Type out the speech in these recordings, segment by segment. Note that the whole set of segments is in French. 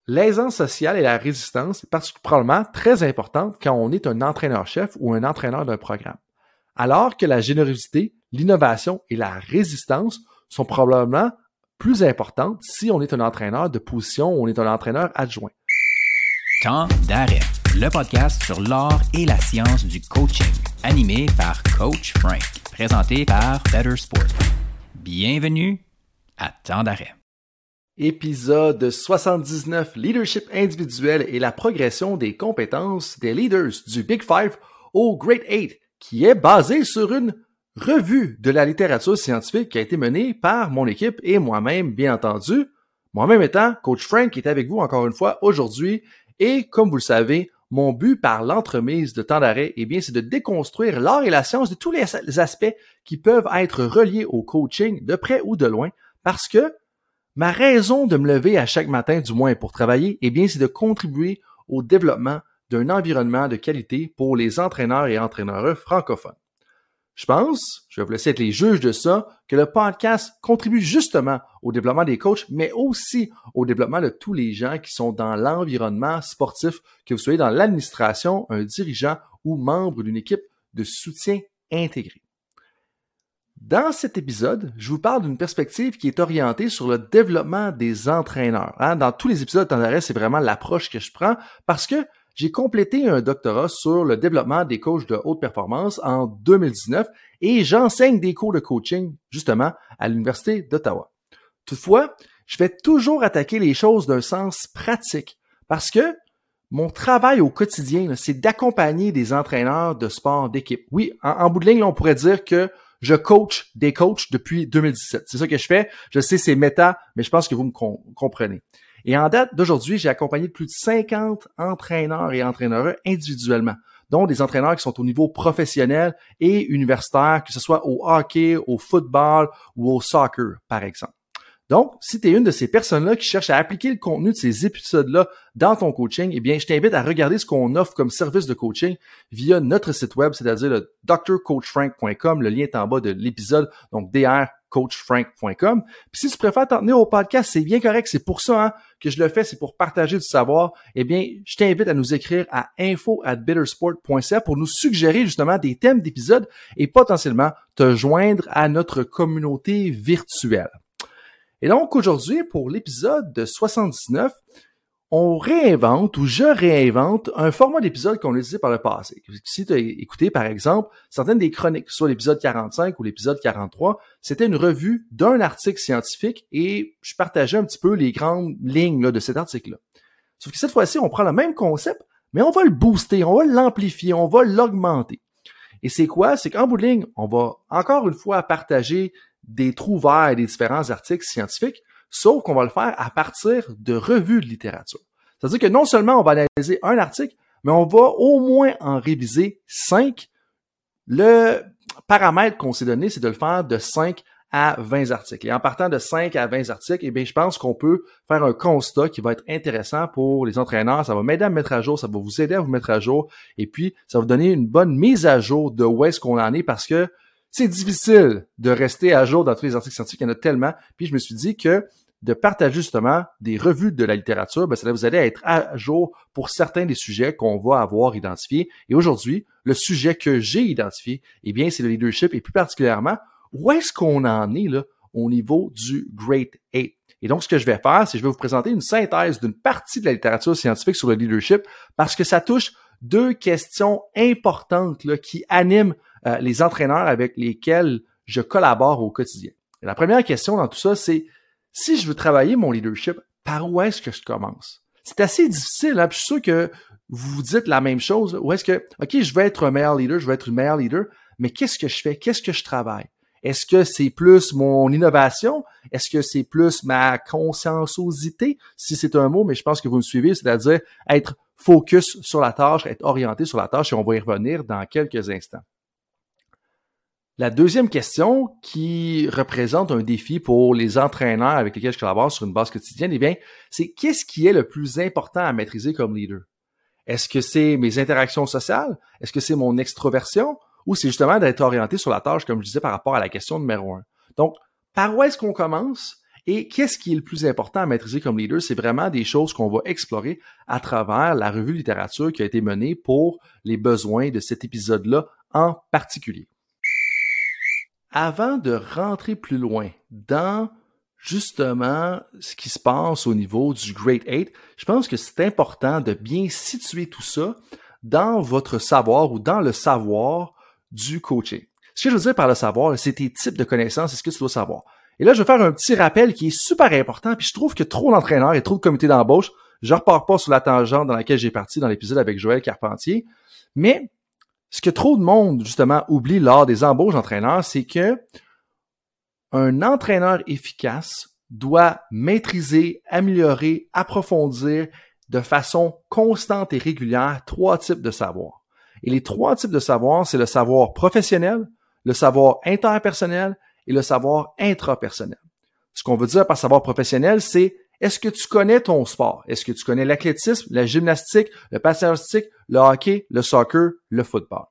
L'aisance sociale et la résistance est particulièrement très importante quand on est un entraîneur-chef ou un entraîneur d'un programme. Alors que la générosité, l'innovation et la résistance sont probablement plus importantes si on est un entraîneur de position ou on est un entraîneur adjoint. Temps d'arrêt, le podcast sur l'art et la science du coaching, animé par Coach Frank, présenté par Better Sport. Bienvenue à Temps d'arrêt. Épisode 79, Leadership individuel et la progression des compétences des leaders du Big Five au Great Eight, qui est basé sur une revue de la littérature scientifique qui a été menée par mon équipe et moi-même, bien entendu. Moi-même étant Coach Frank qui est avec vous encore une fois aujourd'hui. Et comme vous le savez, mon but par l'entremise de Temps d'arrêt, eh bien, c'est de déconstruire l'art et la science de tous les aspects qui peuvent être reliés au coaching de près ou de loin, parce que ma raison de me lever à chaque matin, du moins pour travailler, eh bien, c'est de contribuer au développement d'un environnement de qualité pour les entraîneurs et entraîneurs francophones. Je pense, je vais vous laisser être les juges de ça, que le podcast contribue justement au développement des coachs, mais aussi au développement de tous les gens qui sont dans l'environnement sportif, que vous soyez dans l'administration, un dirigeant ou membre d'une équipe de soutien intégré. Dans cet épisode, je vous parle d'une perspective qui est orientée sur le développement des entraîneurs. Dans tous les épisodes de Temps d'arrêt, c'est vraiment l'approche que je prends parce que j'ai complété un doctorat sur le développement des coachs de haute performance en 2019 et j'enseigne des cours de coaching justement à l'Université d'Ottawa. Toutefois, je vais toujours attaquer les choses d'un sens pratique parce que mon travail au quotidien, c'est d'accompagner des entraîneurs de sport d'équipe. Oui, en bout de ligne, on pourrait dire que je coach des coachs depuis 2017. C'est ça que je fais. Je sais, c'est méta, mais je pense que vous me comprenez. Et en date d'aujourd'hui, j'ai accompagné plus de 50 entraîneurs et entraîneurs individuellement, dont des entraîneurs qui sont au niveau professionnel et universitaire, que ce soit au hockey, au football ou au soccer, par exemple. Donc, si tu es une de ces personnes-là qui cherche à appliquer le contenu de ces épisodes-là dans ton coaching, eh bien, je t'invite à regarder ce qu'on offre comme service de coaching via notre site web, c'est-à-dire le drcoachfrank.com. Le lien est en bas de l'épisode, donc drcoachfrank.com. Puis si tu préfères t'en tenir au podcast, c'est bien correct. C'est pour ça que je le fais, c'est pour partager du savoir. Eh bien, je t'invite à nous écrire à info@bettersport.ca pour nous suggérer justement des thèmes d'épisodes et potentiellement te joindre à notre communauté virtuelle. Et donc, aujourd'hui, pour l'épisode 79, on réinvente ou je réinvente un format d'épisode qu'on a utilisé par le passé. Si tu as écouté, par exemple, certaines des chroniques, soit l'épisode 45 ou l'épisode 43, c'était une revue d'un article scientifique et je partageais un petit peu les grandes lignes de cet article-là. Sauf que cette fois-ci, on prend le même concept, mais on va le booster, on va l'amplifier, on va l'augmenter. Et c'est quoi? C'est qu'en bout de ligne, on va encore une fois partager des trouvailles des différents articles scientifiques, sauf qu'on va le faire à partir de revues de littérature. C'est-à-dire que non seulement on va analyser un article, mais on va au moins en réviser 5. Le paramètre qu'on s'est donné, c'est de le faire de 5 à 20 articles. Et en partant de 5 à 20 articles, eh bien, je pense qu'on peut faire un constat qui va être intéressant pour les entraîneurs. Ça va m'aider à me mettre à jour, ça va vous aider à vous mettre à jour, et puis ça va vous donner une bonne mise à jour de où est-ce qu'on en est parce que c'est difficile de rester à jour dans tous les articles scientifiques, il y en a tellement. Puis je me suis dit que de partager justement des revues de la littérature, ça va vous aider à être à jour pour certains des sujets qu'on va avoir identifiés. Et aujourd'hui, le sujet que j'ai identifié, eh bien, c'est le leadership et plus particulièrement, où est-ce qu'on en est là au niveau du Great Eight. Et donc, ce que je vais faire, c'est que je vais vous présenter une synthèse d'une partie de la littérature scientifique sur le leadership parce que ça touche 2 questions importantes là, qui animent les entraîneurs avec lesquels je collabore au quotidien. Et la première question dans tout ça, c'est si je veux travailler mon leadership, par où est-ce que je commence? C'est assez difficile, puis je suis sûr que vous vous dites la même chose. Où est-ce que, OK, je veux être un meilleur leader, je veux être une meilleure leader, mais qu'est-ce que je fais? Qu'est-ce que je travaille? Est-ce que c'est plus mon innovation? Est-ce que c'est plus ma conscienciosité? Si c'est un mot, mais je pense que vous me suivez, c'est-à-dire être focus sur la tâche, être orienté sur la tâche, et on va y revenir dans quelques instants. La deuxième question qui représente un défi pour les entraîneurs avec lesquels je collabore sur une base quotidienne, eh bien, c'est qu'est-ce qui est le plus important à maîtriser comme leader? Est-ce que c'est mes interactions sociales? Est-ce que c'est mon extroversion? Ou c'est justement d'être orienté sur la tâche, comme je disais, par rapport à la question numéro 1. Donc, par où est-ce qu'on commence? Et qu'est-ce qui est le plus important à maîtriser comme leader? C'est vraiment des choses qu'on va explorer à travers la revue de littérature qui a été menée pour les besoins de cet épisode-là en particulier. Avant de rentrer plus loin dans justement ce qui se passe au niveau du Great 8, je pense que c'est important de bien situer tout ça dans votre savoir ou dans le savoir du coaching. Ce que je veux dire par le savoir, c'est tes types de connaissances et ce que tu dois savoir. Et là, je vais faire un petit rappel qui est super important, puis je trouve que trop d'entraîneurs et trop de comités d'embauche, je repars pas sur la tangente dans laquelle j'ai parti dans l'épisode avec Joël Carpentier, mais ce que trop de monde, justement, oublie lors des embauches d'entraîneurs, c'est que un entraîneur efficace doit maîtriser, améliorer, approfondir de façon constante et régulière 3 types de savoirs. Et les 3 types de savoirs, c'est le savoir professionnel, le savoir interpersonnel et le savoir intrapersonnel. Ce qu'on veut dire par savoir professionnel, c'est est-ce que tu connais ton sport? Est-ce que tu connais l'athlétisme, la gymnastique, le patinage artistique, le hockey, le soccer, le football?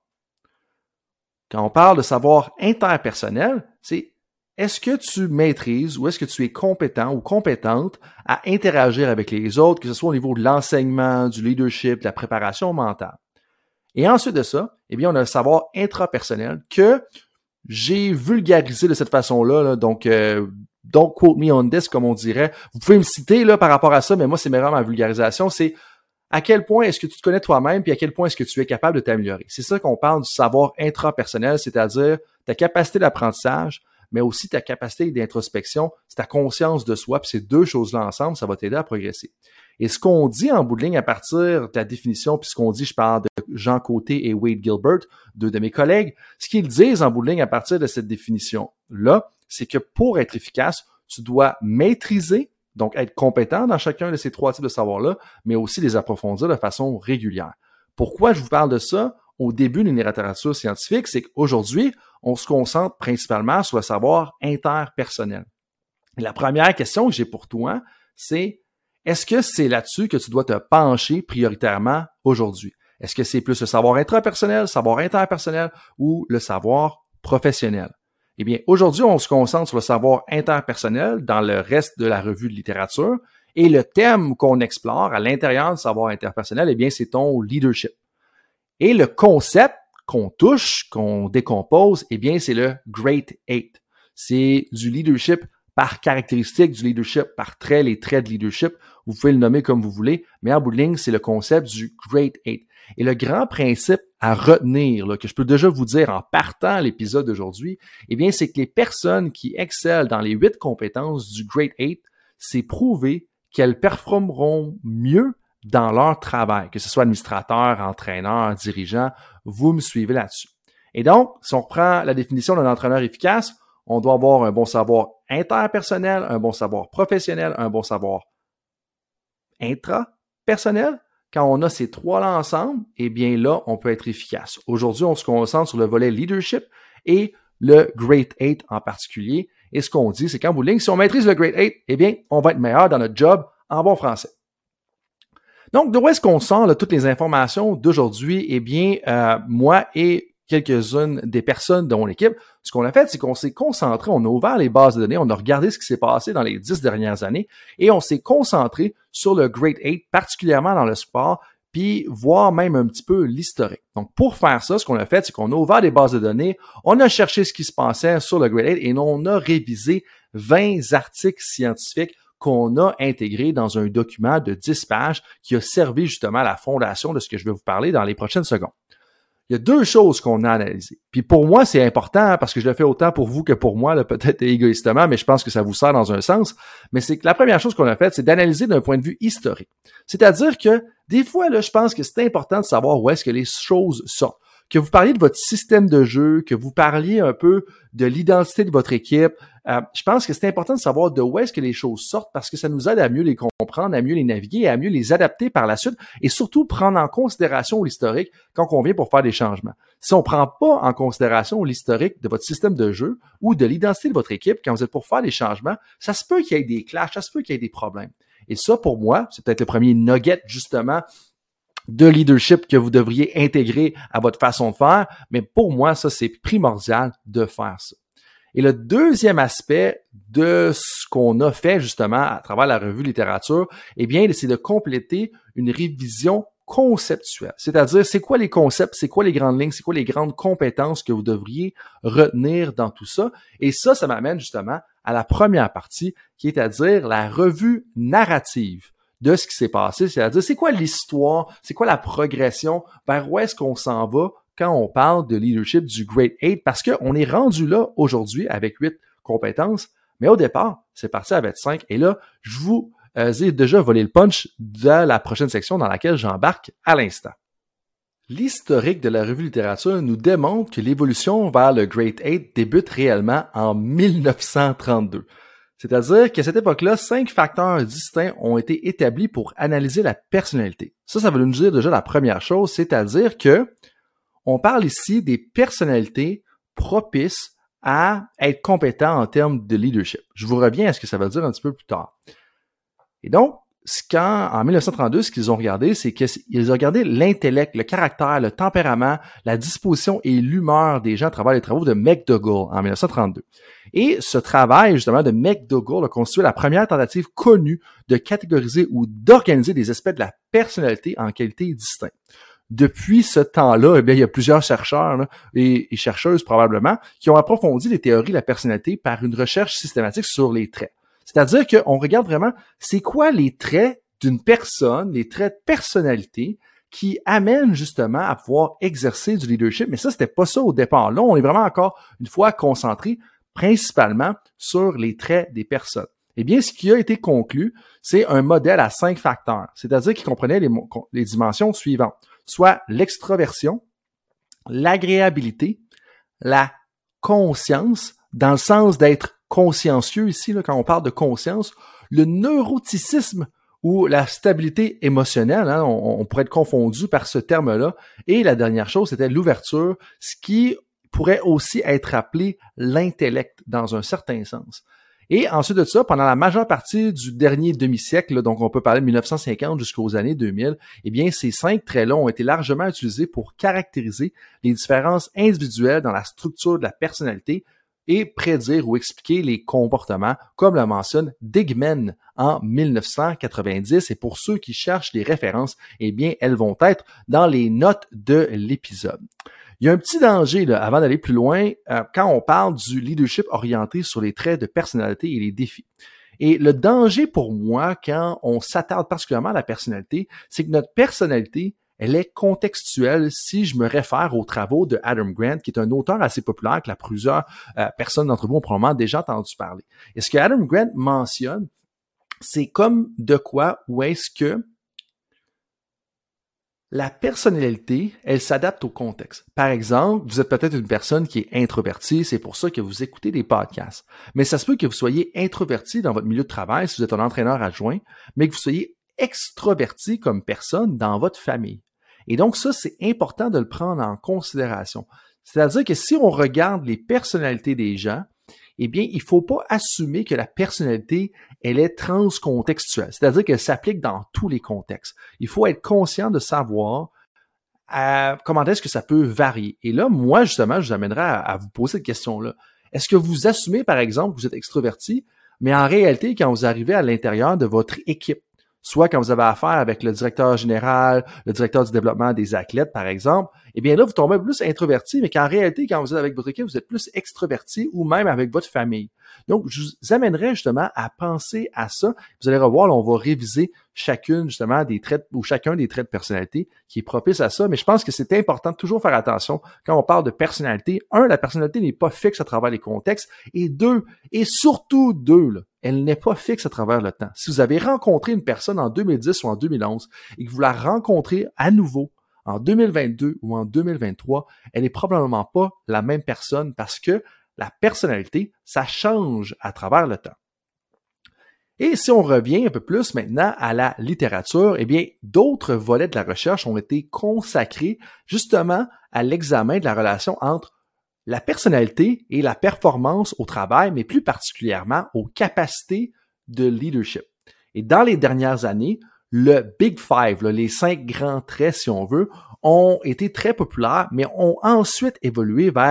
Quand on parle de savoir interpersonnel, c'est est-ce que tu maîtrises ou est-ce que tu es compétent ou compétente à interagir avec les autres, que ce soit au niveau de l'enseignement, du leadership, de la préparation mentale? Et ensuite de ça, eh bien, on a le savoir intrapersonnel que j'ai vulgarisé de cette façon-là, là, donc don't quote me on this, comme on dirait. Vous pouvez me citer là par rapport à ça, mais moi, c'est vraiment ma vulgarisation, c'est à quel point est-ce que tu te connais toi-même puis à quel point est-ce que tu es capable de t'améliorer. C'est ça qu'on parle du savoir intrapersonnel, c'est-à-dire ta capacité d'apprentissage, mais aussi ta capacité d'introspection, c'est ta conscience de soi, puis ces 2 choses-là ensemble, ça va t'aider à progresser. Et ce qu'on dit en bout de ligne à partir de la définition, puis ce qu'on dit, je parle de Jean Côté et Wade Gilbert, 2 de mes collègues, ce qu'ils disent en bout de ligne à partir de cette définition-là, c'est que pour être efficace, tu dois maîtriser, donc être compétent dans chacun de ces 3 types de savoirs-là, mais aussi les approfondir de façon régulière. Pourquoi je vous parle de ça au début d'une littérature scientifique? C'est qu'aujourd'hui, on se concentre principalement sur le savoir interpersonnel. Et la première question que j'ai pour toi, c'est est-ce que c'est là-dessus que tu dois te pencher prioritairement aujourd'hui? Est-ce que c'est plus le savoir intrapersonnel, le savoir interpersonnel ou le savoir professionnel? Eh bien, aujourd'hui, on se concentre sur le savoir interpersonnel dans le reste de la revue de littérature et le thème qu'on explore à l'intérieur du savoir interpersonnel, eh bien, c'est ton leadership. Et le concept qu'on touche, qu'on décompose, eh bien, c'est le Great 8. C'est du leadership par caractéristique, du leadership par trait, les traits de leadership. Vous pouvez le nommer comme vous voulez, mais en bout de ligne, c'est le concept du Great 8. Et le grand principe à retenir, là, que je peux déjà vous dire en partant à l'épisode d'aujourd'hui, eh bien, c'est que les personnes qui excellent dans les 8 compétences du Great 8, c'est prouvé qu'elles performeront mieux dans leur travail, que ce soit administrateur, entraîneur, dirigeant, vous me suivez là-dessus. Et donc, si on reprend la définition d'un entraîneur efficace, on doit avoir un bon savoir interpersonnel, un bon savoir professionnel, un bon savoir intrapersonnel. Quand on a ces 3-là ensemble, eh bien là, on peut être efficace. Aujourd'hui, on se concentre sur le volet leadership et le Great 8 en particulier. Et ce qu'on dit, c'est qu'en bout de ligne, si on maîtrise le Great 8, eh bien, on va être meilleur dans notre job en bon français. Donc, d'où est-ce qu'on sort là, toutes les informations d'aujourd'hui? Eh bien, moi et quelques-unes des personnes de mon équipe, ce qu'on a fait, c'est qu'on s'est concentré, on a ouvert les bases de données, on a regardé ce qui s'est passé dans les 10 dernières années et on s'est concentré sur le Great 8, particulièrement dans le sport, puis voir même un petit peu l'historique. Donc, pour faire ça, ce qu'on a fait, c'est qu'on a ouvert des bases de données, on a cherché ce qui se passait sur le Great 8 et on a révisé 20 articles scientifiques qu'on a intégrés dans un document de 10 pages qui a servi justement à la fondation de ce que je vais vous parler dans les prochaines secondes. Il y a 2 choses qu'on a analysées. Puis pour moi, c'est important parce que je le fais autant pour vous que pour moi, là, peut-être égoïstement, mais je pense que ça vous sert dans un sens. Mais c'est que la première chose qu'on a faite, c'est d'analyser d'un point de vue historique. C'est-à-dire que des fois, là, je pense que c'est important de savoir où est-ce que les choses sortent. Que vous parliez de votre système de jeu, que vous parliez un peu de l'identité de votre équipe. Je pense que c'est important de savoir de où est-ce que les choses sortent parce que ça nous aide à mieux les comprendre, à mieux les naviguer et à mieux les adapter par la suite et surtout prendre en considération l'historique quand on vient pour faire des changements. Si on ne prend pas en considération l'historique de votre système de jeu ou de l'identité de votre équipe quand vous êtes pour faire des changements, ça se peut qu'il y ait des clashs, ça se peut qu'il y ait des problèmes. Et ça, pour moi, c'est peut-être le premier nugget justement de leadership que vous devriez intégrer à votre façon de faire, mais pour moi, ça, c'est primordial de faire ça. Et le deuxième aspect de ce qu'on a fait justement à travers la revue littérature, eh bien, c'est de compléter une révision conceptuelle. C'est-à-dire, c'est quoi les concepts, c'est quoi les grandes lignes, c'est quoi les grandes compétences que vous devriez retenir dans tout ça. Et ça m'amène justement à la première partie, qui est à dire la revue narrative de ce qui s'est passé. C'est-à-dire, c'est quoi l'histoire, c'est quoi la progression, vers où est-ce qu'on s'en va quand on parle de leadership du Great 8, parce qu'on est rendu là aujourd'hui avec 8 compétences, mais au départ, c'est parti avec 5. Et là, je vous ai déjà volé le punch de la prochaine section dans laquelle j'embarque à l'instant. L'historique de la revue littérature nous démontre que l'évolution vers le Great 8 débute réellement en 1932. C'est-à-dire qu'à cette époque-là, 5 facteurs distincts ont été établis pour analyser la personnalité. Ça veut nous dire déjà la première chose, c'est-à-dire que on parle ici des personnalités propices à être compétents en termes de leadership. Je vous reviens à ce que ça veut dire un petit peu plus tard. Et donc, en 1932, ce qu'ils ont regardé, c'est qu'ils ont regardé l'intellect, le caractère, le tempérament, la disposition et l'humeur des gens à travers les travaux de McDougall en 1932. Et ce travail, justement, de McDougall a constitué la première tentative connue de catégoriser ou d'organiser des aspects de la personnalité en qualités distinctes. Depuis ce temps-là, eh bien, il y a plusieurs chercheurs là, et chercheuses probablement qui ont approfondi les théories de la personnalité par une recherche systématique sur les traits. C'est-à-dire qu'on regarde vraiment c'est quoi les traits d'une personne, les traits de personnalité qui amènent justement à pouvoir exercer du leadership. Mais ça, c'était pas ça au départ. Là, on est vraiment encore une fois concentré principalement sur les traits des personnes. Eh bien, ce qui a été conclu, c'est un modèle à 5 facteurs, c'est-à-dire qui comprenait les dimensions suivantes, soit l'extroversion, l'agréabilité, la conscience, dans le sens d'être consciencieux ici, là, quand on parle de conscience, le neuroticisme ou la stabilité émotionnelle, hein, on pourrait être confondu par ce terme-là, et la dernière chose, c'était l'ouverture, ce qui pourrait aussi être appelé l'intellect dans un certain sens. Et ensuite de ça, pendant la majeure partie du dernier demi-siècle, là, donc on peut parler de 1950 jusqu'aux années 2000, eh bien, ces 5 traits-là ont été largement utilisés pour caractériser les différences individuelles dans la structure de la personnalité et prédire ou expliquer les comportements, comme le mentionne Digman en 1990. Et pour ceux qui cherchent des références, eh bien, elles vont être dans les notes de l'épisode. Il y a un petit danger là, avant d'aller plus loin quand on parle du leadership orienté sur les traits de personnalité et les défis. Et le danger pour moi quand on s'attarde particulièrement à la personnalité, c'est que notre personnalité, elle est contextuelle si je me réfère aux travaux de Adam Grant, qui est un auteur assez populaire que plusieurs personnes d'entre vous ont probablement déjà entendu parler. Et ce que Adam Grant mentionne, c'est comme de quoi ou est-ce que la personnalité, elle s'adapte au contexte. Par exemple, vous êtes peut-être une personne qui est introvertie, c'est pour ça que vous écoutez des podcasts. Mais ça se peut que vous soyez introverti dans votre milieu de travail si vous êtes un entraîneur adjoint, mais que vous soyez extroverti comme personne dans votre famille. Et donc ça, c'est important de le prendre en considération. C'est-à-dire que si on regarde les personnalités des gens, eh bien, il ne faut pas assumer que la personnalité, elle est transcontextuelle, c'est-à-dire qu'elle s'applique dans tous les contextes. Il faut être conscient de savoir comment est-ce que ça peut varier. Et là, moi, justement, je vous amènerai à vous poser cette question-là. Est-ce que vous assumez, par exemple, que vous êtes extroverti, mais en réalité, quand vous arrivez à l'intérieur de votre équipe, soit quand vous avez affaire avec le directeur général, le directeur du développement des athlètes, par exemple, eh bien là, vous tombez plus introverti, mais qu'en réalité, quand vous êtes avec votre équipe, vous êtes plus extroverti ou même avec votre famille. Donc, je vous amènerai justement à penser à ça. Vous allez revoir, là, on va réviser chacune justement des traits ou chacun des traits de personnalité qui est propice à ça. Mais je pense que c'est important de toujours faire attention quand on parle de personnalité. La personnalité n'est pas fixe à travers les contextes. Et surtout deux, elle n'est pas fixe à travers le temps. Si vous avez rencontré une personne en 2010 ou en 2011 et que vous la rencontrez à nouveau en 2022 ou en 2023, elle n'est probablement pas la même personne parce que la personnalité, ça change à travers le temps. Et si on revient un peu plus maintenant à la littérature, eh bien, d'autres volets de la recherche ont été consacrés justement à l'examen de la relation entre la personnalité et la performance au travail, mais plus particulièrement aux capacités de leadership. Et dans les dernières années, le Big Five, les 5 grands traits, si on veut, ont été très populaires, mais ont ensuite évolué vers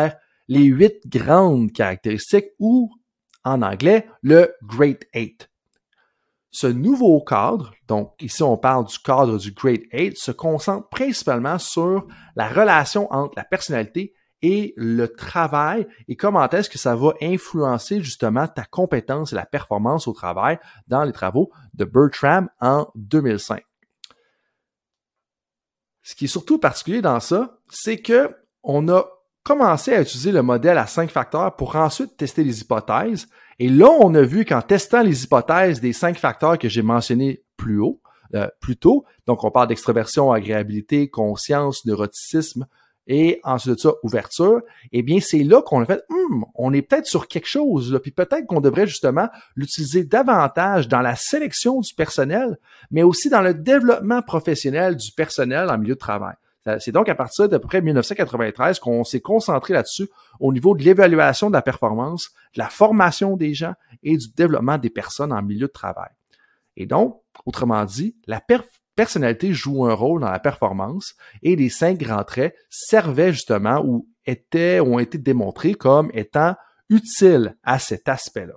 les 8 grandes caractéristiques ou, en anglais, le Great 8. Ce nouveau cadre, donc ici on parle du cadre du Great 8, se concentre principalement sur la relation entre la personnalité et le travail et comment est-ce que ça va influencer justement ta compétence et la performance au travail dans les travaux de Bertram en 2005. Ce qui est surtout particulier dans ça, c'est que on a commencé à utiliser le modèle à 5 facteurs pour ensuite tester les hypothèses. Et là, on a vu qu'en testant les hypothèses des 5 facteurs que j'ai mentionnés plus tôt, donc on parle d'extroversion, agréabilité, conscience, neuroticisme et ensuite de ça, ouverture, eh bien, c'est là qu'on a fait, on est peut-être sur quelque chose, là, puis peut-être qu'on devrait justement l'utiliser davantage dans la sélection du personnel, mais aussi dans le développement professionnel du personnel en milieu de travail. C'est donc à partir d'à peu près 1993 qu'on s'est concentré là-dessus au niveau de l'évaluation de la performance, de la formation des gens et du développement des personnes en milieu de travail. Et donc, autrement dit, la personnalité joue un rôle dans la performance et les 5 grands traits servaient justement ou ont été démontrés comme étant utiles à cet aspect-là.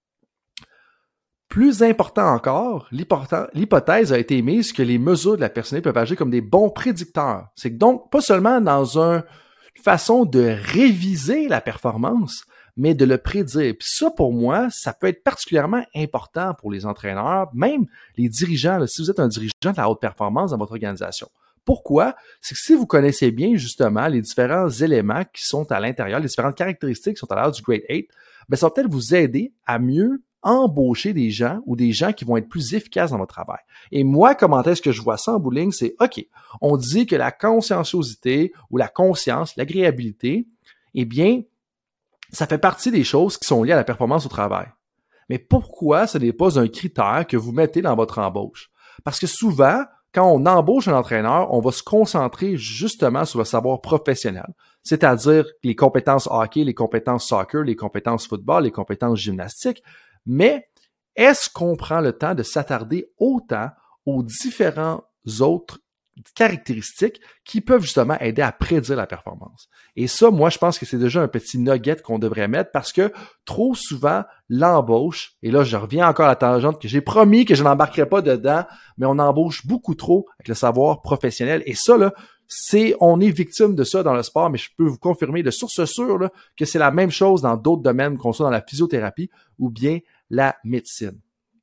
Plus important encore, l'hypothèse a été émise que les mesures de la personnalité peuvent agir comme des bons prédicteurs. C'est donc pas seulement dans une façon de réviser la performance, mais de le prédire. Puis ça, pour moi, ça peut être particulièrement important pour les entraîneurs, même les dirigeants, là, si vous êtes un dirigeant de la haute performance dans votre organisation. Pourquoi? C'est que si vous connaissez bien justement les différents éléments qui sont à l'intérieur, les différentes caractéristiques qui sont à l'intérieur du Great 8, bien, ça va peut-être vous aider à mieux embaucher des gens ou des gens qui vont être plus efficaces dans votre travail. Et moi, comment est-ce que je vois ça en bout de ligne? C'est, OK, on dit que la conscienciosité ou la conscience, l'agréabilité, eh bien, ça fait partie des choses qui sont liées à la performance au travail. Mais pourquoi ce n'est pas un critère que vous mettez dans votre embauche? Parce que souvent, quand on embauche un entraîneur, on va se concentrer justement sur le savoir professionnel, c'est-à-dire les compétences hockey, les compétences soccer, les compétences football, les compétences gymnastiques. Mais est-ce qu'on prend le temps de s'attarder autant aux différents autres caractéristiques qui peuvent justement aider à prédire la performance? Et ça, moi, je pense que c'est déjà un petit nugget qu'on devrait mettre parce que trop souvent, l'embauche, et là, je reviens encore à la tangente que j'ai promis que je n'embarquerai pas dedans, mais on embauche beaucoup trop avec le savoir professionnel. Et ça, là, on est victime de ça dans le sport, mais je peux vous confirmer de source sûre là, que c'est la même chose dans d'autres domaines, qu'on soit dans la physiothérapie ou bien la médecine.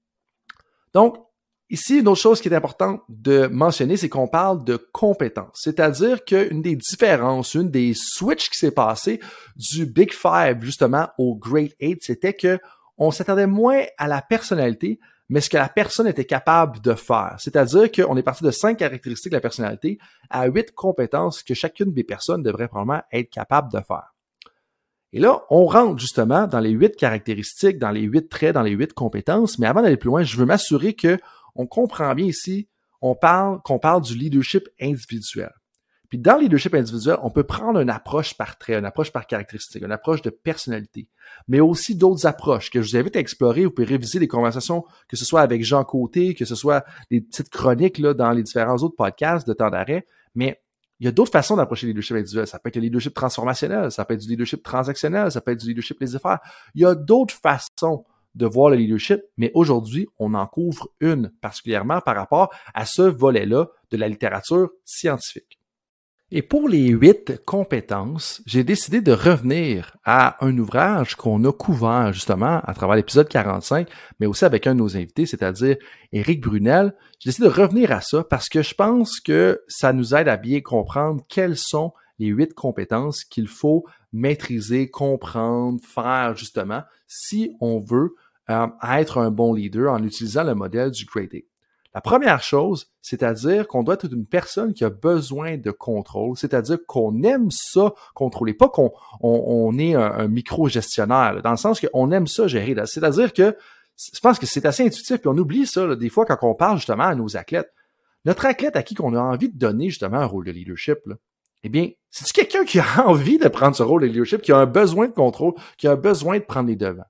Donc, ici, une autre chose qui est importante de mentionner, c'est qu'on parle de compétences. C'est-à-dire qu'une des différences, une des switches qui s'est passé du Big Five justement au Great 8, c'était qu'on s'attardait moins à la personnalité, mais ce que la personne était capable de faire. C'est-à-dire qu'on est parti de 5 caractéristiques de la personnalité à 8 compétences que chacune des personnes devrait probablement être capable de faire. Et là, on rentre justement dans les 8 caractéristiques, dans les 8 traits, dans les 8 compétences, mais avant d'aller plus loin, je veux m'assurer qu'on comprend bien ici qu'on parle du leadership individuel. Puis dans le leadership individuel, on peut prendre une approche par trait, une approche par caractéristique, une approche de personnalité, mais aussi d'autres approches que je vous invite à explorer. Vous pouvez réviser les conversations, que ce soit avec Jean Côté, que ce soit des petites chroniques là, dans les différents autres podcasts de temps d'arrêt, mais il y a d'autres façons d'approcher le leadership individuel. Ça peut être le leadership transformationnel, ça peut être du leadership transactionnel, ça peut être du leadership laissez-faire. Il y a d'autres façons de voir le leadership, mais aujourd'hui, on en couvre une, particulièrement par rapport à ce volet-là de la littérature scientifique. Et pour les 8 compétences, j'ai décidé de revenir à un ouvrage qu'on a couvert justement à travers l'épisode 45, mais aussi avec un de nos invités, c'est-à-dire Éric Brunel. J'ai décidé de revenir à ça parce que je pense que ça nous aide à bien comprendre quelles sont les 8 compétences qu'il faut maîtriser, comprendre, faire justement si on veut être un bon leader en utilisant le modèle du Great 8. La première chose, c'est-à-dire qu'on doit être une personne qui a besoin de contrôle, c'est-à-dire qu'on aime ça contrôler, pas qu'on est un micro-gestionnaire, dans le sens qu'on aime ça gérer. C'est-à-dire que je pense que c'est assez intuitif, puis on oublie ça là, des fois quand on parle justement à nos athlètes. Notre athlète à qui qu'on a envie de donner justement un rôle de leadership, là, eh bien, c'est-tu quelqu'un qui a envie de prendre ce rôle de leadership, qui a un besoin de contrôle, qui a un besoin de prendre les devants?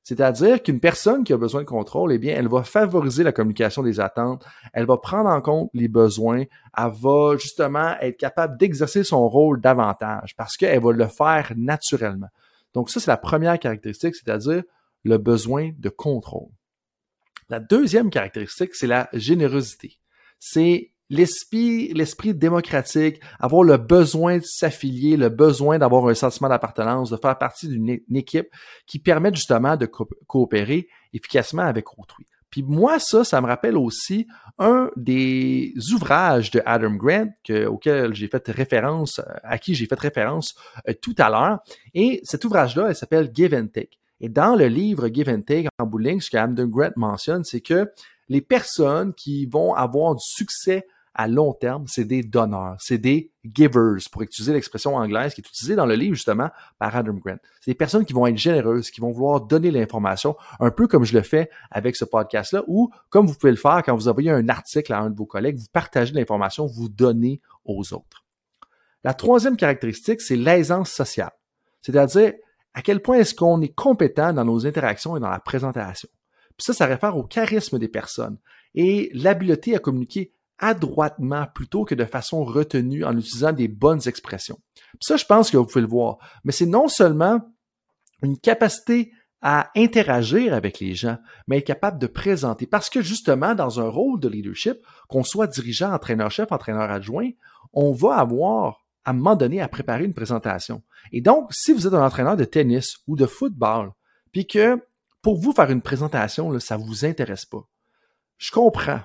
C'est-à-dire qu'une personne qui a besoin de contrôle, eh bien, elle va favoriser la communication des attentes, elle va prendre en compte les besoins, elle va justement être capable d'exercer son rôle davantage parce qu'elle va le faire naturellement. Donc ça, c'est la première caractéristique, c'est-à-dire le besoin de contrôle. La deuxième caractéristique, c'est la générosité. C'est l'esprit démocratique, avoir le besoin de s'affilier, le besoin d'avoir un sentiment d'appartenance, de faire partie d'une équipe qui permet justement de coopérer efficacement avec autrui. Puis moi, ça me rappelle aussi un des ouvrages de Adam Grant auquel j'ai fait référence, à qui j'ai fait référence tout à l'heure. Et cet ouvrage-là, il s'appelle Give and Take. Et dans le livre Give and Take, en bout de ligne, ce que Adam Grant mentionne, c'est que les personnes qui vont avoir du succès à long terme, c'est des donneurs, c'est des givers, pour utiliser l'expression anglaise qui est utilisée dans le livre justement par Adam Grant. C'est des personnes qui vont être généreuses, qui vont vouloir donner l'information, un peu comme je le fais avec ce podcast-là, ou comme vous pouvez le faire quand vous envoyez un article à un de vos collègues, vous partagez l'information, vous donnez aux autres. La troisième caractéristique, c'est l'aisance sociale, c'est-à-dire à quel point est-ce qu'on est compétent dans nos interactions et dans la présentation. Puis ça réfère au charisme des personnes et l'habileté à communiquer adroitement plutôt que de façon retenue en utilisant des bonnes expressions. Puis ça, je pense que vous pouvez le voir. Mais c'est non seulement une capacité à interagir avec les gens, mais être capable de présenter. Parce que justement, dans un rôle de leadership, qu'on soit dirigeant, entraîneur-chef, entraîneur adjoint, on va avoir à un moment donné à préparer une présentation. Et donc, si vous êtes un entraîneur de tennis ou de football, puis que pour vous faire une présentation, là, ça ne vous intéresse pas, je comprends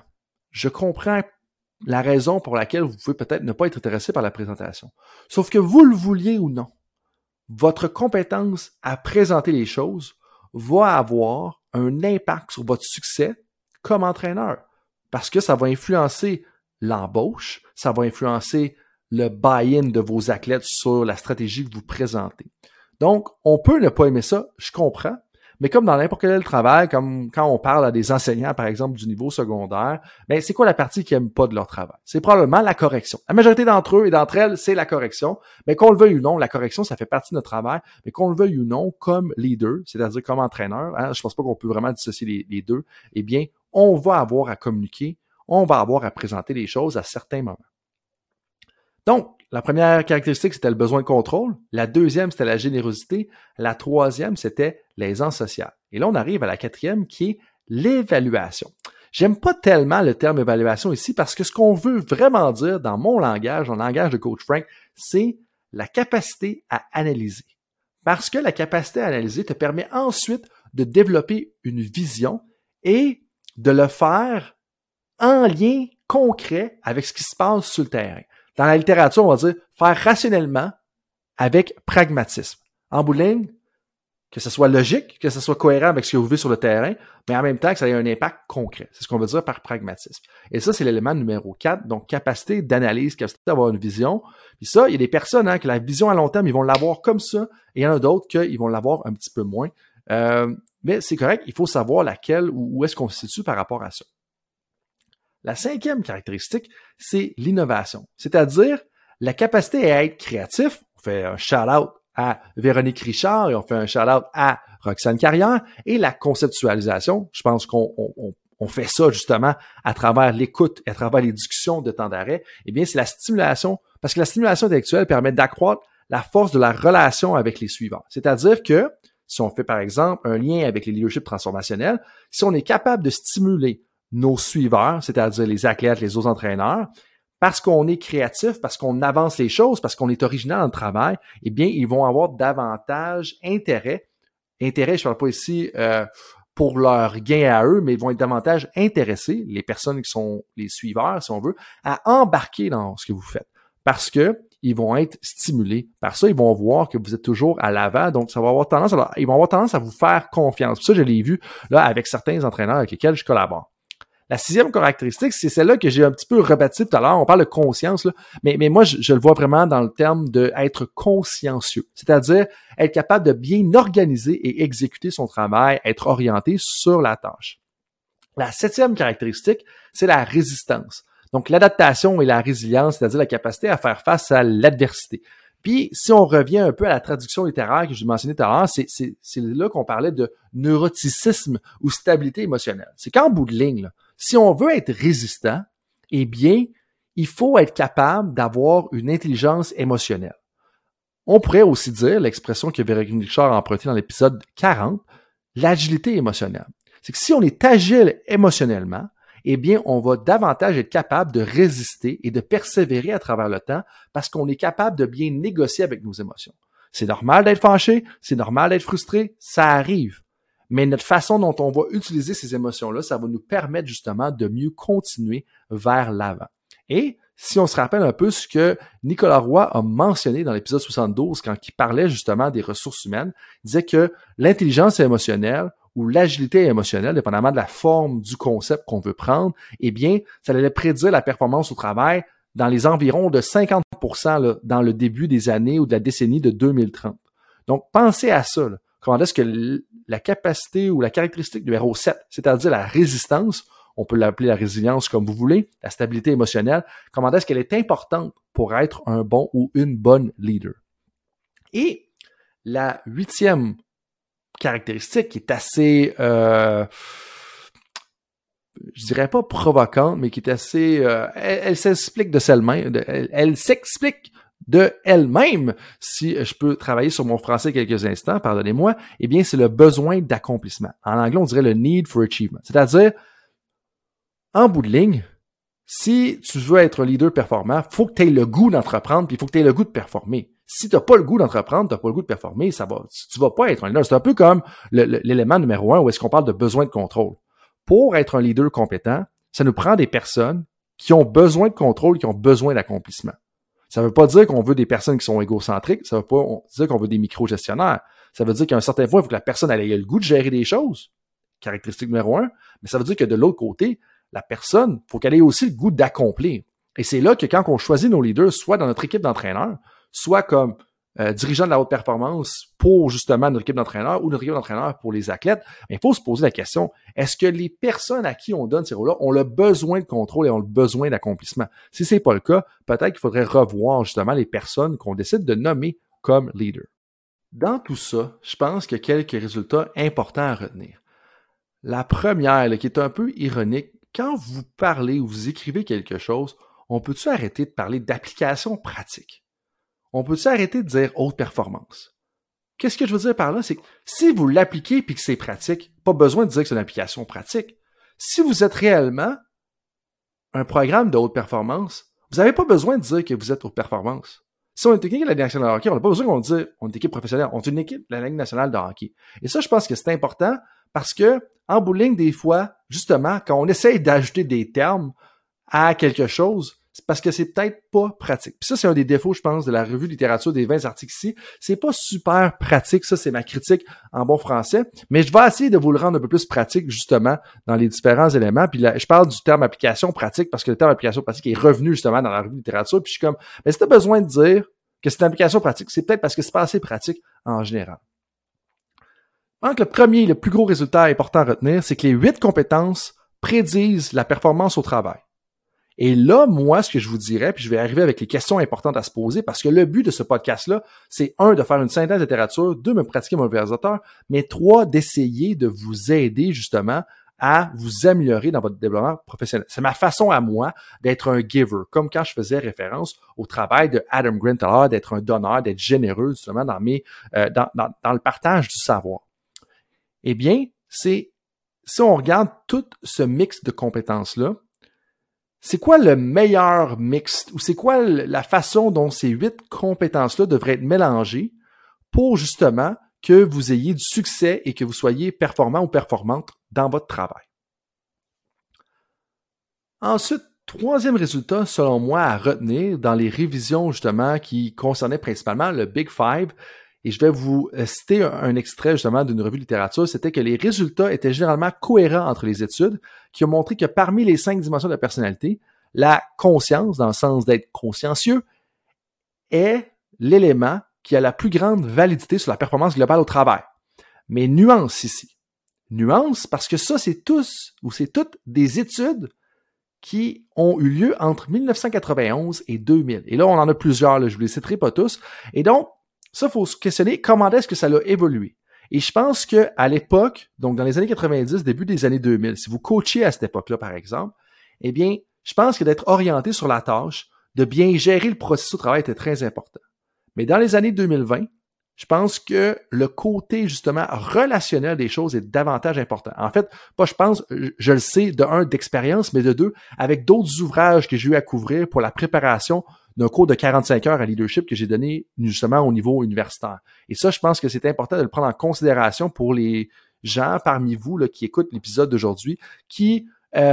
la raison pour laquelle vous pouvez peut-être ne pas être intéressé par la présentation. Sauf que vous le vouliez ou non, votre compétence à présenter les choses va avoir un impact sur votre succès comme entraîneur. Parce que ça va influencer l'embauche, ça va influencer le buy-in de vos athlètes sur la stratégie que vous présentez. Donc, on peut ne pas aimer ça, je comprends, mais comme dans n'importe quel travail, comme quand on parle à des enseignants, par exemple, du niveau secondaire, ben c'est quoi la partie qu'ils n'aiment pas de leur travail? C'est probablement la correction. La majorité d'entre eux et d'entre elles, c'est la correction. Mais qu'on le veuille ou non, la correction, ça fait partie de notre travail. Mais qu'on le veuille ou non, comme leader, c'est-à-dire comme entraîneur, je pense pas qu'on peut vraiment dissocier les deux, eh bien, on va avoir à communiquer, on va avoir à présenter les choses à certains moments. Donc, la première caractéristique, c'était le besoin de contrôle. La deuxième, c'était la générosité. La troisième, c'était l'aisance sociale. Et là, on arrive à la quatrième qui est l'évaluation. J'aime pas tellement le terme évaluation ici parce que ce qu'on veut vraiment dire dans mon langage, dans le langage de Coach Frank, c'est la capacité à analyser. Parce que la capacité à analyser te permet ensuite de développer une vision et de le faire en lien concret avec ce qui se passe sur le terrain. Dans la littérature, on va dire faire rationnellement avec pragmatisme. En bout de ligne, que ce soit logique, que ce soit cohérent avec ce que vous vivez sur le terrain, mais en même temps que ça ait un impact concret. C'est ce qu'on veut dire par pragmatisme. Et ça, c'est l'élément numéro 4, donc capacité d'analyse, capacité d'avoir une vision. Puis ça, il y a des personnes que la vision à long terme, ils vont l'avoir comme ça, et il y en a d'autres qui vont l'avoir un petit peu moins. Mais c'est correct, il faut savoir laquelle ou où est-ce qu'on se situe par rapport à ça. La cinquième caractéristique, c'est l'innovation, c'est-à-dire la capacité à être créatif. On fait un shout-out à Véronique Richard et on fait un shout-out à Roxane Carrière et la conceptualisation. Je pense qu'on fait ça justement à travers l'écoute et à travers les discussions de temps d'arrêt. Eh bien, c'est la stimulation, parce que la stimulation intellectuelle permet d'accroître la force de la relation avec les suivants. C'est-à-dire que si on fait par exemple un lien avec les leaderships transformationnels, si on est capable de stimuler nos suiveurs, c'est-à-dire les athlètes, les autres entraîneurs, parce qu'on est créatif, parce qu'on avance les choses, parce qu'on est original dans le travail, eh bien, ils vont avoir davantage intérêt. Intérêt, je ne parle pas ici pour leur gain à eux, mais ils vont être davantage intéressés, les personnes qui sont les suiveurs, si on veut, à embarquer dans ce que vous faites. Parce que ils vont être stimulés. Par ça, ils vont voir que vous êtes toujours à l'avant. Donc, ça va avoir tendance ils vont avoir tendance à vous faire confiance. Puis ça, je l'ai vu là avec certains entraîneurs avec lesquels je collabore. La sixième caractéristique, c'est celle-là que j'ai un petit peu rebâtie tout à l'heure. On parle de conscience, là, mais moi, je le vois vraiment dans le terme d'être consciencieux. C'est-à-dire être capable de bien organiser et exécuter son travail, être orienté sur la tâche. La septième caractéristique, c'est la résistance. Donc, l'adaptation et la résilience, c'est-à-dire la capacité à faire face à l'adversité. Puis, si on revient un peu à la traduction littéraire que je mentionnais tout à l'heure, c'est là qu'on parlait de neuroticisme ou stabilité émotionnelle. C'est qu'en bout de ligne, là, si on veut être résistant, eh bien, il faut être capable d'avoir une intelligence émotionnelle. On pourrait aussi dire, l'expression que Véronique Richard a empruntée dans l'épisode 40, l'agilité émotionnelle. C'est que si on est agile émotionnellement, eh bien, on va davantage être capable de résister et de persévérer à travers le temps parce qu'on est capable de bien négocier avec nos émotions. C'est normal d'être fâché, c'est normal d'être frustré, ça arrive. Mais notre façon dont on va utiliser ces émotions-là, ça va nous permettre justement de mieux continuer vers l'avant. Et si on se rappelle un peu ce que Nicolas Roy a mentionné dans l'épisode 72 quand il parlait justement des ressources humaines, il disait que l'intelligence émotionnelle ou l'agilité émotionnelle, dépendamment de la forme du concept qu'on veut prendre, eh bien, ça allait prédire la performance au travail dans les environs de 50% là, dans le début des années ou de la décennie de 2030. Donc, pensez à ça. Là. Comment est-ce que la capacité ou la caractéristique numéro 7, c'est-à-dire la résistance, on peut l'appeler la résilience comme vous voulez, la stabilité émotionnelle, comment est-ce qu'elle est importante pour être un bon ou une bonne leader. Et la 8e caractéristique qui est assez, je dirais pas provocante, mais qui est assez, elle s'explique de elle-même, elle s'explique de elle-même, si je peux travailler sur mon français quelques instants, pardonnez-moi, eh bien, c'est le besoin d'accomplissement. En anglais, on dirait le need for achievement. C'est-à-dire, en bout de ligne, si tu veux être un leader performant, il faut que tu aies le goût d'entreprendre, puis il faut que tu aies le goût de performer. Si tu n'as pas le goût d'entreprendre, tu n'as pas le goût de performer, tu vas pas être un leader. C'est un peu comme l'élément numéro 1 où est-ce qu'on parle de besoin de contrôle. Pour être un leader compétent, ça nous prend des personnes qui ont besoin de contrôle, qui ont besoin d'accomplissement. Ça ne veut pas dire qu'on veut des personnes qui sont égocentriques, ça ne veut pas dire qu'on veut des micro-gestionnaires. Ça veut dire qu'à un certain point, il faut que la personne ait le goût de gérer des choses, caractéristique numéro 1, mais ça veut dire que de l'autre côté, la personne, il faut qu'elle ait aussi le goût d'accomplir. Et c'est là que quand on choisit nos leaders, soit dans notre équipe d'entraîneurs, soit comme dirigeant de la haute performance pour justement notre équipe d'entraîneurs ou notre équipe d'entraîneurs pour les athlètes, il faut se poser la question, est-ce que les personnes à qui on donne ces rôles-là ont le besoin de contrôle et ont le besoin d'accomplissement? Si ce n'est pas le cas, peut-être qu'il faudrait revoir justement les personnes qu'on décide de nommer comme leaders. Dans tout ça, je pense qu'il y a quelques résultats importants à retenir. La première, là, qui est un peu ironique, quand vous parlez ou vous écrivez quelque chose, on peut-tu arrêter de parler d'application pratique? On peut-tu arrêter de dire haute performance? Qu'est-ce que je veux dire par là? C'est que si vous l'appliquez et que c'est pratique, pas besoin de dire que c'est une application pratique. Si vous êtes réellement un programme de haute performance, vous n'avez pas besoin de dire que vous êtes haute performance. Si on est une équipe de la Ligue nationale de hockey, on n'a pas besoin qu'on dise on est une équipe professionnelle, on est une équipe de la Ligue nationale de hockey. Et ça, je pense que c'est important parce que, en bout de ligne, des fois, justement, quand on essaye d'ajouter des termes à quelque chose, c'est parce que c'est peut-être pas pratique. Puis ça, c'est un des défauts, je pense, de la revue de littérature des 20 articles ici. C'est pas super pratique, ça, c'est ma critique en bon français, mais je vais essayer de vous le rendre un peu plus pratique, justement, dans les différents éléments. Puis là, je parle du terme application pratique parce que le terme application pratique est revenu, justement, dans la revue de littérature. Puis je suis comme, mais si tu as besoin de dire que c'est une application pratique, c'est peut-être parce que c'est pas assez pratique en général. Donc, le plus gros résultat important à retenir, c'est que les 8 compétences prédisent la performance au travail. Et là, moi, ce que je vous dirais, puis je vais arriver avec les questions importantes à se poser, parce que le but de ce podcast-là, c'est 1, de faire une synthèse de littérature, 2, me pratiquer mon vulgarisateur, mais 3, d'essayer de vous aider justement à vous améliorer dans votre développement professionnel. C'est ma façon à moi d'être un giver, comme quand je faisais référence au travail de Adam Grant tout à l'heure, d'être un donneur, d'être généreux justement dans le partage du savoir. Eh bien, si on regarde tout ce mix de compétences-là, c'est quoi le meilleur mix ou c'est quoi la façon dont ces 8 compétences-là devraient être mélangées pour justement que vous ayez du succès et que vous soyez performant ou performante dans votre travail? Ensuite, 3e résultat, selon moi, à retenir dans les révisions justement qui concernaient principalement le Big Five, et je vais vous citer un extrait justement d'une revue de littérature, c'était que les résultats étaient généralement cohérents entre les études, qui ont montré que parmi les 5 dimensions de la personnalité, la conscience, dans le sens d'être consciencieux, est l'élément qui a la plus grande validité sur la performance globale au travail. Mais nuance ici. Nuance parce que ça, c'est toutes des études qui ont eu lieu entre 1991 et 2000. Et là, on en a plusieurs, là, je ne vous les citerai pas tous. Et donc, ça, il faut se questionner comment est-ce que ça a évolué. Et je pense qu'à l'époque, donc dans les années 90, début des années 2000, si vous coachiez à cette époque-là, par exemple, eh bien, je pense que d'être orienté sur la tâche, de bien gérer le processus de travail était très important. Mais dans les années 2020, je pense que le côté, justement, relationnel des choses est davantage important. En fait, pas je pense, je le sais, de un, d'expérience, mais de deux, avec d'autres ouvrages que j'ai eu à couvrir pour la préparation d'un cours de 45 heures à leadership que j'ai donné, justement, au niveau universitaire. Et ça, je pense que c'est important de le prendre en considération pour les gens parmi vous là, qui écoutent l'épisode d'aujourd'hui, qui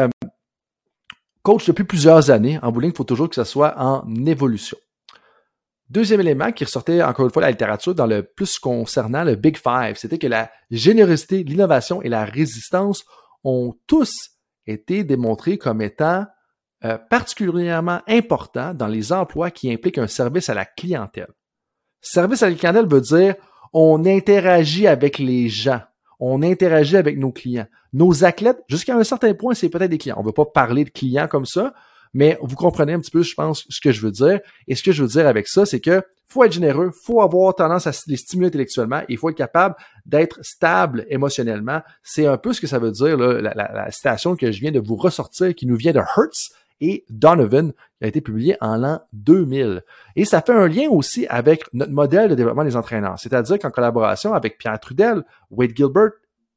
coachent depuis plusieurs années. En bowling, il faut toujours que ça soit en évolution. Deuxième élément qui ressortait encore une fois de la littérature dans le plus concernant le Big Five, c'était que la générosité, l'innovation et la résistance ont tous été démontrés comme étant particulièrement importants dans les emplois qui impliquent un service à la clientèle. Service à la clientèle veut dire on interagit avec les gens, on interagit avec nos clients. Nos athlètes, jusqu'à un certain point, c'est peut-être des clients. On ne veut pas parler de clients comme ça, mais vous comprenez un petit peu, je pense, ce que je veux dire. Et ce que je veux dire avec ça, c'est que faut être généreux, faut avoir tendance à les stimuler intellectuellement et il faut être capable d'être stable émotionnellement. C'est un peu ce que ça veut dire, là, la citation que je viens de vous ressortir, qui nous vient de Hertz et Donovan, qui a été publiée en l'an 2000. Et ça fait un lien aussi avec notre modèle de développement des entraîneurs. C'est-à-dire qu'en collaboration avec Pierre Trudel, Wade Gilbert,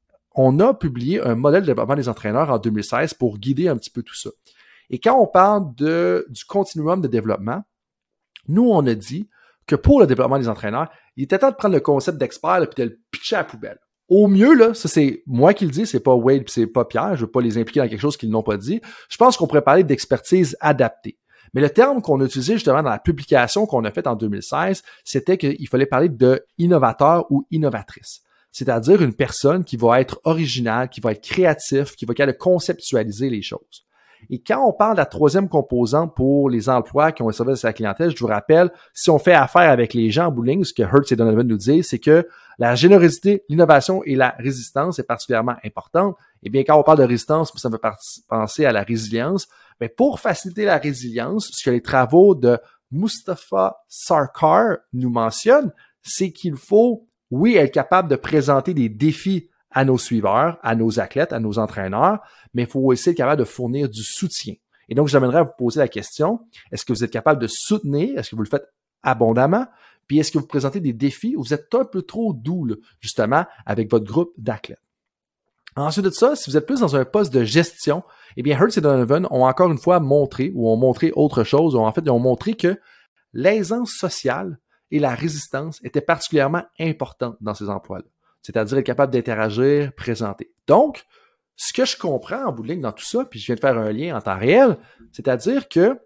on a publié un modèle de développement des entraîneurs en 2016 pour guider un petit peu tout ça. Et quand on parle du continuum de développement, nous, on a dit que pour le développement des entraîneurs, il était temps de prendre le concept d'expert et de le pitcher à la poubelle. Au mieux, là, ça c'est moi qui le dis, c'est pas Wade et c'est pas Pierre, je veux pas les impliquer dans quelque chose qu'ils n'ont pas dit. Je pense qu'on pourrait parler d'expertise adaptée. Mais le terme qu'on a utilisé justement dans la publication qu'on a faite en 2016, c'était qu'il fallait parler de innovateur ou innovatrice. C'est-à-dire une personne qui va être originale, qui va être créatif, qui va être capable de conceptualiser les choses. Et quand on parle de la troisième composante pour les emplois qui ont un service à la clientèle, je vous rappelle, si on fait affaire avec les gens en bowling, ce que Hertz et Donovan nous disent, c'est que la générosité, l'innovation et la résistance est particulièrement importante. Et bien, quand on parle de résistance, ça me fait penser à la résilience. Mais pour faciliter la résilience, ce que les travaux de Mustafa Sarkar nous mentionnent, c'est qu'il faut, oui, être capable de présenter des défis à nos suiveurs, à nos athlètes, à nos entraîneurs, mais il faut aussi être capable de fournir du soutien. Et donc, j'aimerais vous poser la question, est-ce que vous êtes capable de soutenir? Est-ce que vous le faites abondamment? Puis, est-ce que vous présentez des défis ou vous êtes un peu trop doux, là, justement, avec votre groupe d'athlètes? Ensuite de ça, si vous êtes plus dans un poste de gestion, eh bien, Hertz et Donovan ont encore une fois montré, ou ont montré autre chose, ou en fait, ils ont montré que l'aisance sociale et la résistance étaient particulièrement importantes dans ces emplois-là. C'est-à-dire être capable d'interagir, présenter. Donc, ce que je comprends en bout de ligne dans tout ça, puis je viens de faire un lien en temps réel, c'est-à-dire que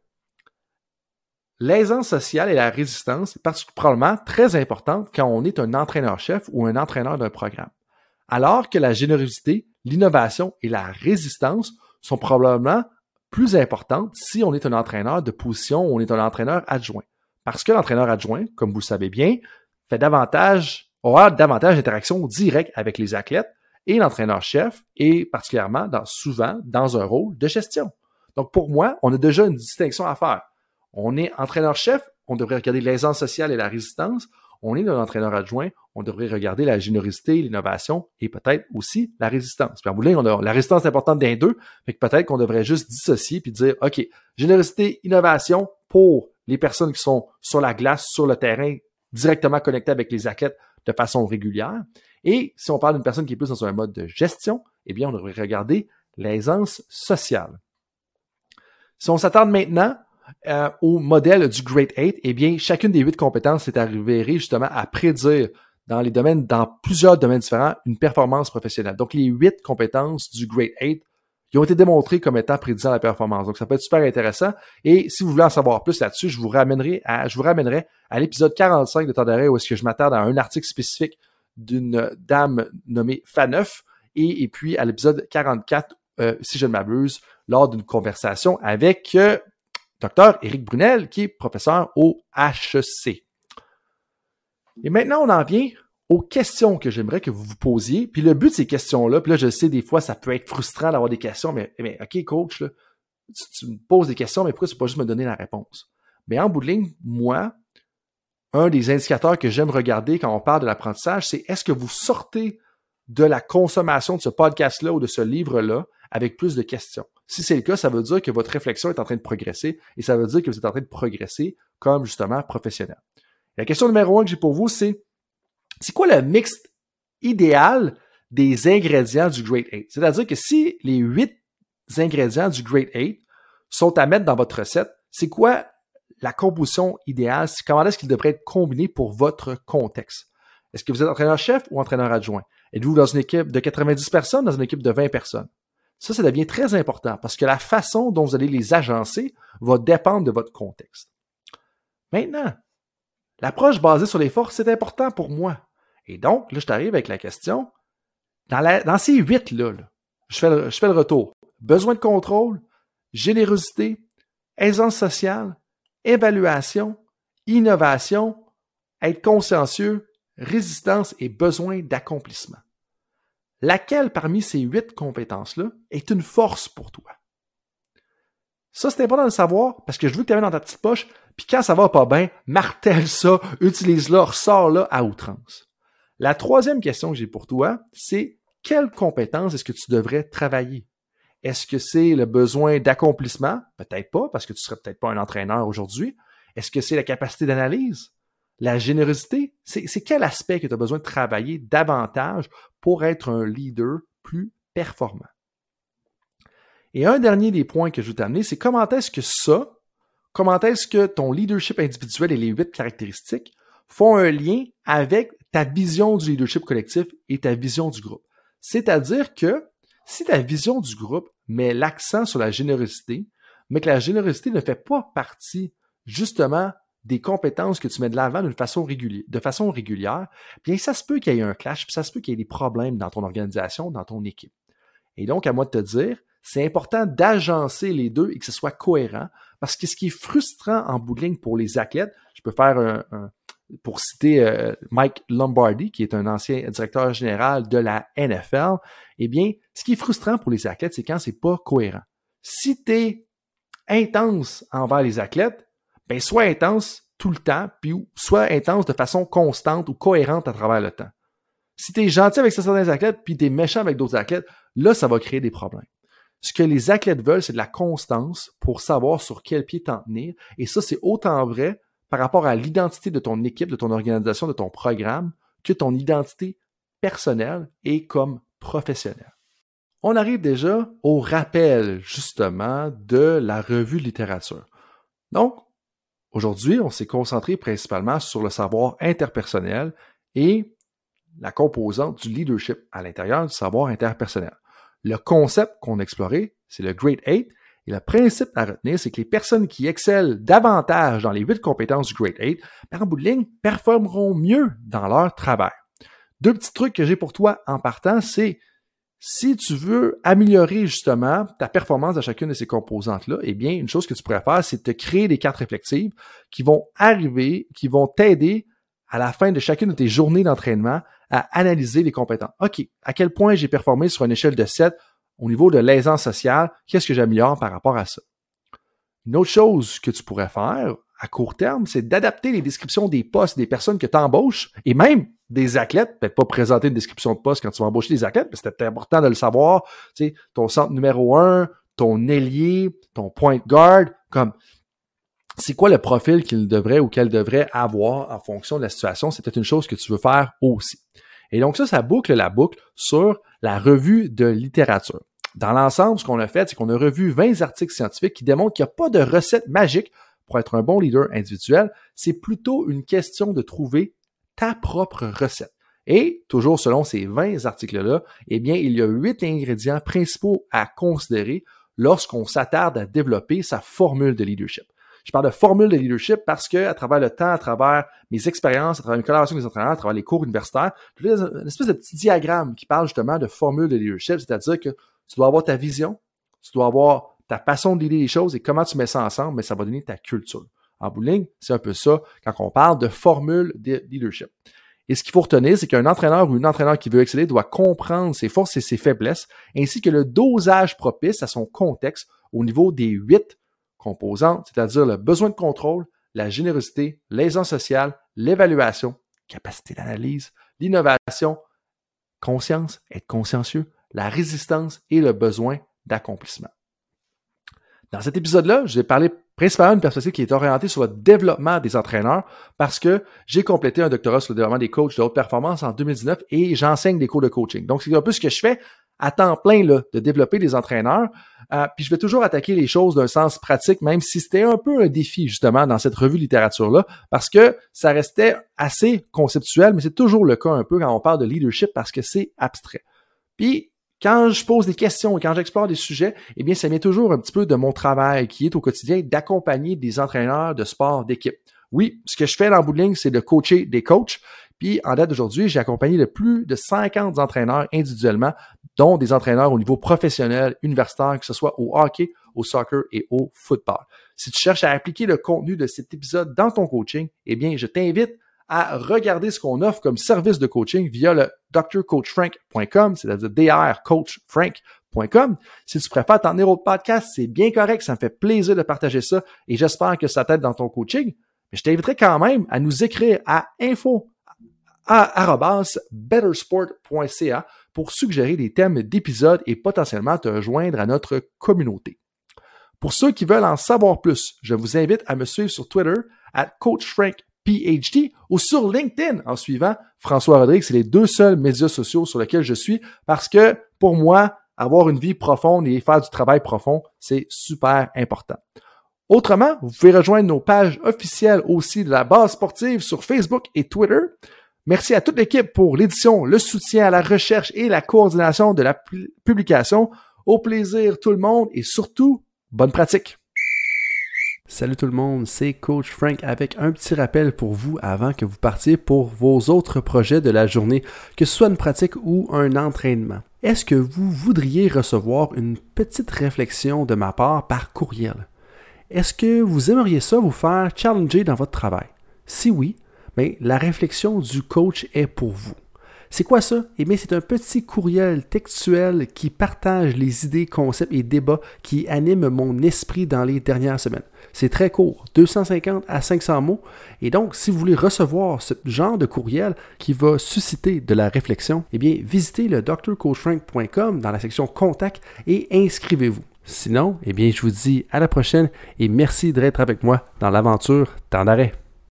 l'aisance sociale et la résistance est probablement très importante quand on est un entraîneur-chef ou un entraîneur d'un programme. Alors que la générosité, l'innovation et la résistance sont probablement plus importantes si on est un entraîneur de position ou on est un entraîneur adjoint. Parce que l'entraîneur adjoint, comme vous le savez bien, aura davantage d'interactions directes avec les athlètes et l'entraîneur-chef est particulièrement souvent dans un rôle de gestion. Donc, pour moi, on a déjà une distinction à faire. On est entraîneur-chef, on devrait regarder l'aisance sociale et la résistance. On est un entraîneur adjoint, on devrait regarder la générosité, l'innovation et peut-être aussi la résistance. Puis en bout de ligne, la résistance est importante d'un deux, mais peut-être qu'on devrait juste dissocier puis dire, OK, générosité, innovation pour les personnes qui sont sur la glace, sur le terrain, directement connectées avec les athlètes de façon régulière. Et si on parle d'une personne qui est plus dans un mode de gestion, eh bien, on devrait regarder l'aisance sociale. Si on s'attarde maintenant au modèle du Great 8, eh bien, chacune des 8 compétences est arrivée justement à prédire dans plusieurs domaines différents, une performance professionnelle. Donc, les 8 compétences du Great 8, ils ont été démontrées comme étant prédisant la performance. Donc, ça peut être super intéressant. Et si vous voulez en savoir plus là-dessus, je vous ramènerai à l'épisode 45 de Temps d'arrêt où est-ce que je m'attarde à un article spécifique d'une dame nommée Faneuf et puis à l'épisode 44, si je ne m'abuse, lors d'une conversation avec Dr. Éric Brunel, qui est professeur au HEC. Et maintenant, on en vient aux questions que j'aimerais que vous vous posiez. Puis le but de ces questions-là, puis là, je sais, des fois, ça peut être frustrant d'avoir des questions, mais OK, coach, là, tu me poses des questions, mais pourquoi tu ne peux pas juste me donner la réponse? Mais en bout de ligne, moi, un des indicateurs que j'aime regarder quand on parle de l'apprentissage, c'est est-ce que vous sortez de la consommation de ce podcast-là ou de ce livre-là avec plus de questions? Si c'est le cas, ça veut dire que votre réflexion est en train de progresser et ça veut dire que vous êtes en train de progresser comme justement professionnel. La question numéro 1 que j'ai pour vous, c'est quoi le mix idéal des ingrédients du Great 8? C'est-à-dire que si les 8 ingrédients du Great 8 sont à mettre dans votre recette, c'est quoi la composition idéale? Comment est-ce qu'ils devraient être combinés pour votre contexte? Est-ce que vous êtes entraîneur-chef ou entraîneur adjoint? Êtes-vous dans une équipe de 90 personnes, dans une équipe de 20 personnes? Ça devient très important parce que la façon dont vous allez les agencer va dépendre de votre contexte. Maintenant, l'approche basée sur les forces, c'est important pour moi. Et donc, là, je t'arrive avec la question. Dans ces 8-là, je fais le retour. Besoin de contrôle, générosité, aisance sociale, évaluation, innovation, être consciencieux, résistance et besoin d'accomplissement. Laquelle parmi ces 8 compétences-là est une force pour toi? Ça, c'est important de le savoir parce que je veux que tu amènes dans ta petite poche, puis quand ça va pas bien, martèle ça, utilise-le, ressors-le à outrance. La troisième question que j'ai pour toi, c'est quelle compétence est-ce que tu devrais travailler? Est-ce que c'est le besoin d'accomplissement? Peut-être pas, parce que tu serais peut-être pas un entraîneur aujourd'hui. Est-ce que c'est la capacité d'analyse? La générosité? C'est quel aspect que tu as besoin de travailler davantage pour être un leader plus performant? Et un dernier des points que je veux t'amener, c'est comment est-ce que ton leadership individuel et les 8 caractéristiques font un lien avec ta vision du leadership collectif et ta vision du groupe. C'est-à-dire que si ta vision du groupe met l'accent sur la générosité, mais que la générosité ne fait pas partie justement des compétences que tu mets de l'avant de façon régulière, bien ça se peut qu'il y ait un clash, puis ça se peut qu'il y ait des problèmes dans ton organisation, dans ton équipe. Et donc, à moi de te dire, c'est important d'agencer les deux et que ce soit cohérent, parce que ce qui est frustrant en bout de ligne pour les athlètes, je peux faire pour citer Mike Lombardi, qui est un ancien directeur général de la NFL, eh bien, ce qui est frustrant pour les athlètes, c'est quand c'est pas cohérent. Si tu es intense envers les athlètes, ben sois intense tout le temps, puis sois intense de façon constante ou cohérente à travers le temps. Si tu es gentil avec certains athlètes, puis tu es méchant avec d'autres athlètes, là, ça va créer des problèmes. Ce que les athlètes veulent, c'est de la constance pour savoir sur quel pied t'en tenir. Et ça, c'est autant vrai par rapport à l'identité de ton équipe, de ton organisation, de ton programme, que ton identité personnelle et comme professionnelle. On arrive déjà au rappel, justement, de la revue de littérature. Donc, aujourd'hui, on s'est concentré principalement sur le savoir interpersonnel et la composante du leadership à l'intérieur du savoir interpersonnel. Le concept qu'on a exploré, c'est le Great 8. Et le principe à retenir, c'est que les personnes qui excellent davantage dans les 8 compétences du Great 8, en bout de ligne, performeront mieux dans leur travail. 2 petits trucs que j'ai pour toi en partant, c'est si tu veux améliorer justement ta performance à chacune de ces composantes-là, eh bien, une chose que tu pourrais faire, c'est de te créer des cartes réflexives qui vont t'aider à la fin de chacune de tes journées d'entraînement à analyser les compétences. OK, à quel point j'ai performé sur une échelle de 7 au niveau de l'aisance sociale, qu'est-ce que j'améliore par rapport à ça? Une autre chose que tu pourrais faire à court terme, c'est d'adapter les descriptions des postes des personnes que tu embauches et même des athlètes. Peut-être pas présenter une description de poste quand tu vas embaucher des athlètes, mais c'est important de le savoir. Tu sais, ton centre numéro 1, ton ailier, ton point guard, comme c'est quoi le profil qu'il devrait ou qu'elle devrait avoir en fonction de la situation. C'est peut-être une chose que tu veux faire aussi. Et donc ça boucle la boucle sur la revue de littérature. Dans l'ensemble, ce qu'on a fait, c'est qu'on a revu 20 articles scientifiques qui démontrent qu'il n'y a pas de recette magique pour être un bon leader individuel. C'est plutôt une question de trouver ta propre recette. Et toujours selon ces 20 articles-là, eh bien, il y a 8 ingrédients principaux à considérer lorsqu'on s'attarde à développer sa formule de leadership. Je parle de formule de leadership parce que, à travers le temps, à travers mes expériences, à travers une collaboration avec les entraîneurs, à travers les cours universitaires, j'ai une espèce de petit diagramme qui parle justement de formule de leadership, c'est-à-dire que tu dois avoir ta vision, tu dois avoir ta façon de leader les choses et comment tu mets ça ensemble, mais ça va donner ta culture. En bout de ligne, c'est un peu ça quand on parle de formule de leadership. Et ce qu'il faut retenir, c'est qu'un entraîneur ou une entraîneur qui veut exceller doit comprendre ses forces et ses faiblesses, ainsi que le dosage propice à son contexte au niveau des 8 composantes, c'est-à-dire le besoin de contrôle, la générosité, l'aisance sociale, l'évaluation, capacité d'analyse, l'innovation, conscience, être consciencieux, la résistance et le besoin d'accomplissement. Dans cet épisode-là, je vais parler principalement d'une perspective qui est orientée sur le développement des entraîneurs parce que j'ai complété un doctorat sur le développement des coachs de haute performance en 2019 et j'enseigne des cours de coaching. Donc, c'est un peu ce que je fais à temps plein là, de développer des entraîneurs. Puis je vais toujours attaquer les choses d'un sens pratique, même si c'était un peu un défi justement dans cette revue littérature-là, parce que ça restait assez conceptuel, mais c'est toujours le cas un peu quand on parle de leadership parce que c'est abstrait. Puis quand je pose des questions et quand j'explore des sujets, eh bien, ça vient toujours un petit peu de mon travail qui est au quotidien d'accompagner des entraîneurs de sport d'équipe. Oui, ce que je fais dans le bout de ligne, c'est de coacher des coachs. Puis, en date d'aujourd'hui, j'ai accompagné plus de 50 entraîneurs individuellement, dont des entraîneurs au niveau professionnel, universitaire, que ce soit au hockey, au soccer et au football. Si tu cherches à appliquer le contenu de cet épisode dans ton coaching, eh bien, je t'invite à regarder ce qu'on offre comme service de coaching via le drcoachfrank.com, c'est-à-dire drcoachfrank.com. Si tu préfères t'en tenir au podcast, c'est bien correct, ça me fait plaisir de partager ça et j'espère que ça t'aide dans ton coaching. Mais je t'inviterai quand même à nous écrire à info@bettersport.ca pour suggérer des thèmes d'épisodes et potentiellement te rejoindre à notre communauté. Pour ceux qui veulent en savoir plus, je vous invite à me suivre sur Twitter @CoachFrankPhD ou sur LinkedIn en suivant François Rodrigue. C'est les 2 seuls médias sociaux sur lesquels je suis parce que pour moi, avoir une vie profonde et faire du travail profond, c'est super important. Autrement, vous pouvez rejoindre nos pages officielles aussi de la base sportive sur Facebook et Twitter. Merci à toute l'équipe pour l'édition, le soutien à la recherche et la coordination de la publication. Au plaisir tout le monde et surtout, bonne pratique! Salut tout le monde, c'est Coach Frank avec un petit rappel pour vous avant que vous partiez pour vos autres projets de la journée, que ce soit une pratique ou un entraînement. Est-ce que vous voudriez recevoir une petite réflexion de ma part par courriel? Est-ce que vous aimeriez ça vous faire challenger dans votre travail? Si oui, bien, la réflexion du coach est pour vous. C'est quoi ça? Eh bien, c'est un petit courriel textuel qui partage les idées, concepts et débats qui animent mon esprit dans les dernières semaines. C'est très court, 250 à 500 mots. Et donc, si vous voulez recevoir ce genre de courriel qui va susciter de la réflexion, eh bien, visitez le drcoachfrank.com dans la section Contact et inscrivez-vous. Sinon, eh bien, je vous dis à la prochaine et merci d'être avec moi dans l'aventure Temps d'arrêt.